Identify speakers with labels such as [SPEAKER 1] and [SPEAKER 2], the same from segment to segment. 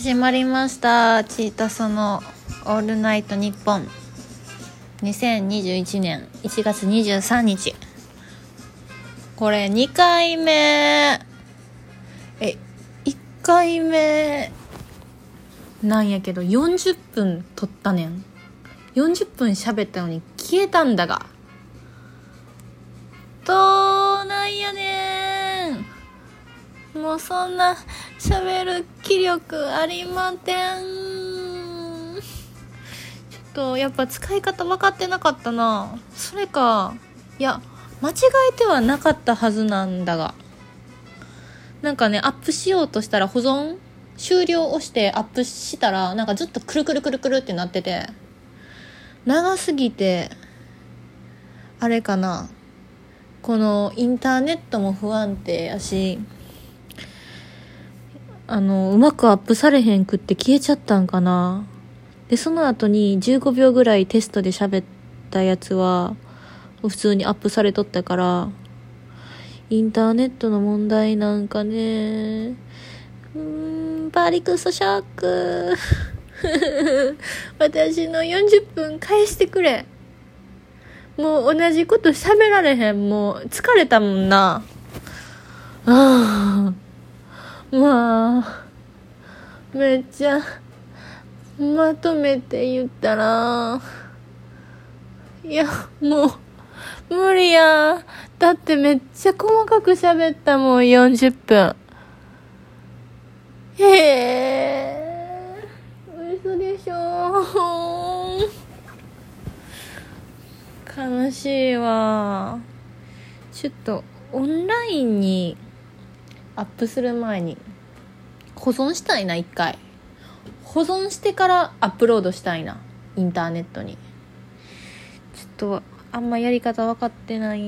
[SPEAKER 1] 始まりましたチータソのオールナイトニッポン。2021年1月23日、これ2回目1回目なんやけど40分撮ったねん。40分喋ったのに消えたんだが、どうなんやねん。もうそんな喋る気力ありません。ちょっとやっぱ使い方分かってなかったな。それか、いや間違えてはなかったはずなんだが、なんかね、アップしようとしたら保存終了を押してアップしたら、なんかずっとくるくるくるくるってなってて、長すぎてあれかな、このインターネットも不安定やし、うまくアップされへんくって消えちゃったんかな。でその後に15秒ぐらいテストで喋ったやつは普通にアップされとったから、インターネットの問題なんかね。バリクソショック私の40分返してくれ。もう同じこと喋られへん。もう疲れたもんな。まあめっちゃまとめて言ったら、いやもう無理や。だってめっちゃ細かく喋ったもん、40分。嘘でしょ。悲しいわ。ちょっとオンラインにアップする前に保存したいな。一回保存してからアップロードしたいな、インターネットに。ちょっとあんまやり方分かってない。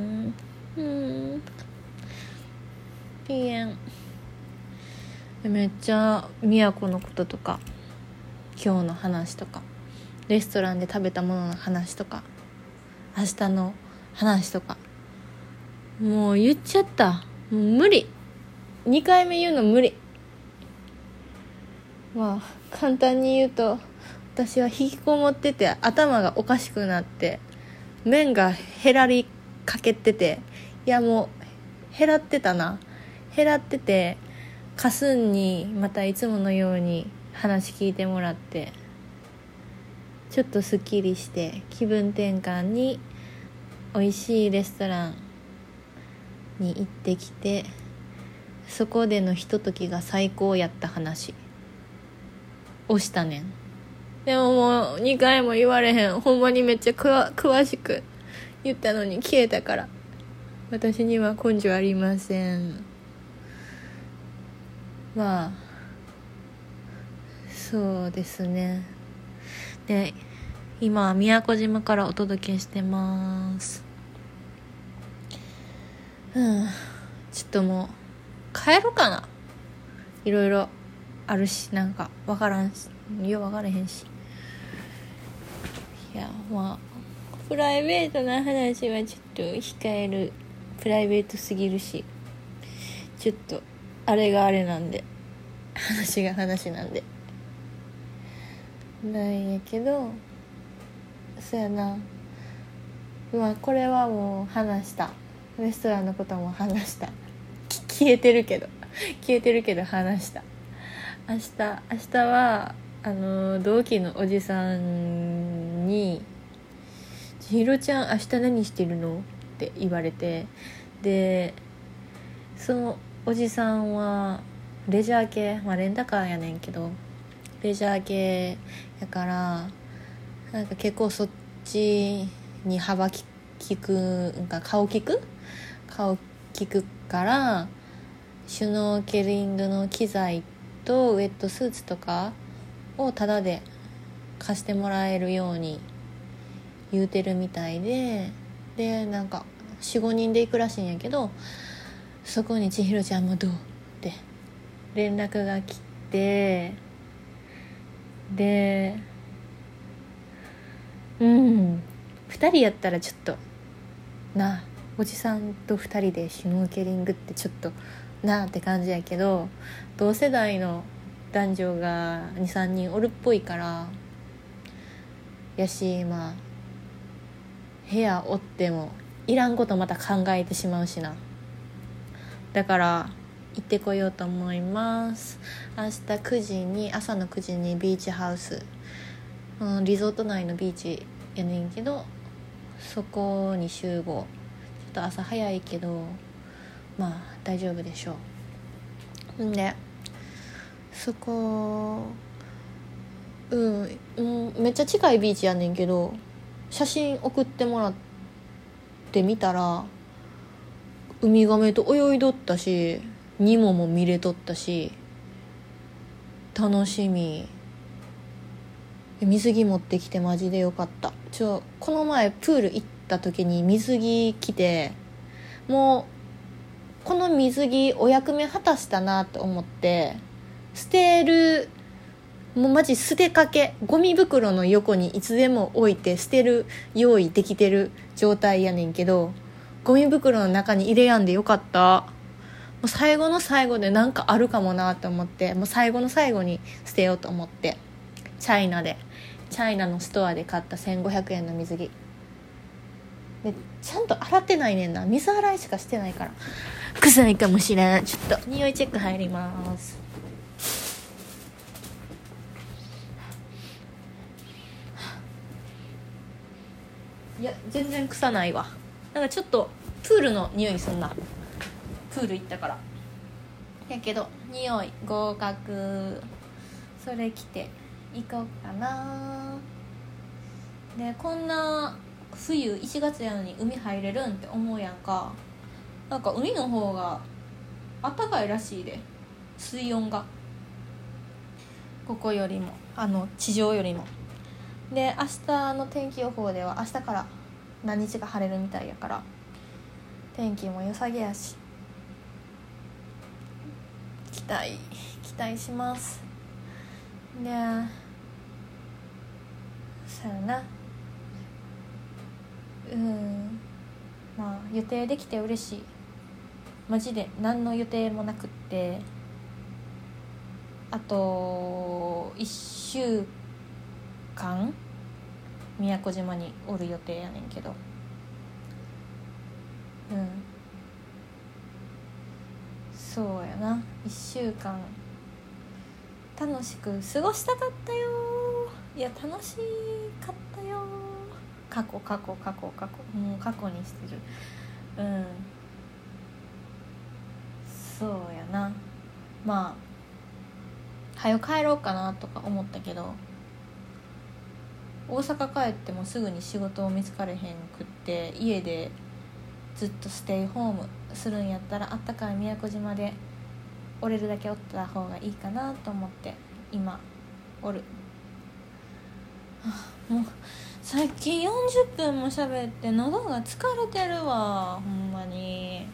[SPEAKER 1] ピエンめっちゃ宮古のこととか、今日の話とか、レストランで食べたものの話とか、明日の話とか、もう言っちゃった。もう無理。2回目言うの無理。まあ簡単に言うと、私は引きこもってて頭がおかしくなって麺が減らりかけてて、いやもう減らってたな。減らってて、カスンにまたいつものように話聞いてもらって、ちょっとスッキリして気分転換に美味しいレストランに行ってきて、そこでのひとときが最高やった話をしたねん。でももう2回も言われへん。ほんまにめっちゃ詳しく言ったのに消えたから、私には根性ありません。まあそうですね。で今宮古島からお届けしてます。ちょっともう帰ろうかな。いろいろあるし、なんか分からんし、よう分からへんし。いやまあプライベートな話はちょっと控える。プライベートすぎるし、ちょっとあれがあれなんで、話が話なんでなんやけど、そうやな。まあこれはもう話した。レストランのことも話した。消えてるけど話した。明日は同期のおじさんに、千尋ちゃん明日何してるのって言われて、でそのおじさんはレジャー系、レンタカーやねんけどレジャー系やから、なんか結構そっちに幅利く、顔利くからシュノーケリングの機材とウェットスーツとかをタダで貸してもらえるように言うてるみたいで、なんか 4,5 人で行くらしいんやけど、そこに千尋ちゃんもどうって連絡が来て、で2人やったらちょっとな、おじさんと2人でシュノーケリングってちょっとなって感じやけど、同世代の男女が 2,3 人おるっぽいからやし、まあ部屋おってもいらんことまた考えてしまうしな。だから行ってこようと思います。明日9時に朝の9時にビーチハウス、リゾート内のビーチやねんけど、そこに集合。ちょっと朝早いけどまあ大丈夫でしょう。んでそこめっちゃ近いビーチやねんけど、写真送ってもらってみたらウミガメと泳いどったし、ニモも見れとったし、楽しみ。水着持ってきてマジでよかった。この前プール行った時に水着着て、もうこの水着お役目果たしたなと思って捨てる、もうマジ捨てかけ、ゴミ袋の横にいつでも置いて捨てる用意できてる状態やねんけど、ゴミ袋の中に入れやんでよかった。もう最後の最後でなんかあるかもなと思って、もう最後の最後に捨てようと思って、チャイナのストアで買った1500円の水着で、ちゃんと洗ってないねんな。水洗いしかしてないから臭いかもしれん。ちょっと匂いチェック入ります。いや全然臭ないわ。なんかちょっとプールの匂いすんな。プール行ったからやけど匂い合格。それ着て行こうかな。でこんな冬1月やのに海入れるんって思うやんか。なんか海の方が暖かいらしいで、水温がここよりも地上よりも。で明日の天気予報では明日から何日か晴れるみたいやから、天気も良さげやし期待します。でそうやな、まあ予定できて嬉しい。マジで何の予定もなくって、あと1週間宮古島におる予定やねんけど、そうやな、1週間楽しく過ごしたかったよ。いや楽しかったよ。過去もう過去にしてる。そうやな。まあ早く帰ろうかなとか思ったけど、大阪帰ってもすぐに仕事を見つかれへんくって、家でずっとステイホームするんやったら、あったかい宮古島でおれるだけおった方がいいかなと思って今おる。もうさっき40分も喋って喉が疲れてるわ、ほんまに。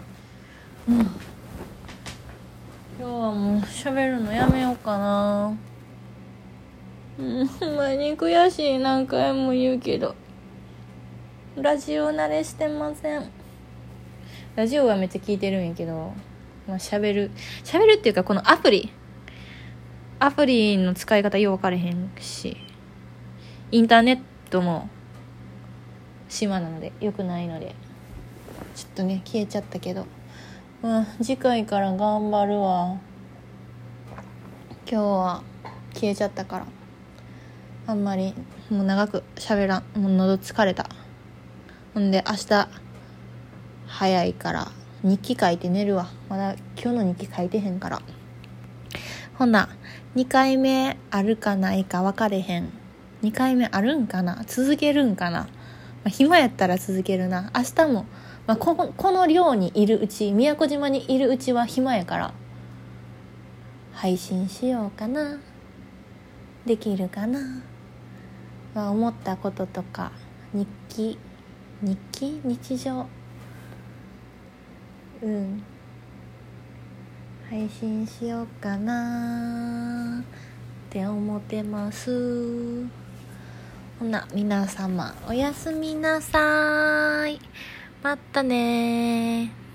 [SPEAKER 1] 今日はもう喋るのやめようかな。ほんまに悔しい。何回も言うけどラジオ慣れしてません。ラジオはめっちゃ聞いてるんやけど、まあ、喋るっていうか、このアプリの使い方よう分かれへんし、インターネットも島なのでよくないのでちょっとね消えちゃったけど、次回から頑張るわ。今日は消えちゃったからあんまりもう長く喋らん。もう喉疲れた。ほんで明日早いから日記書いて寝るわ。まだ今日の日記書いてへんから。ほな2回目あるかないか分かれへん。2回目あるんかな、続けるんかな、暇やったら続けるな。明日も、この寮にいるうち、宮古島にいるうちは暇やから配信しようかな。できるかな、思ったこととか日常配信しようかなって思ってます。ほな皆様おやすみなさい。またね。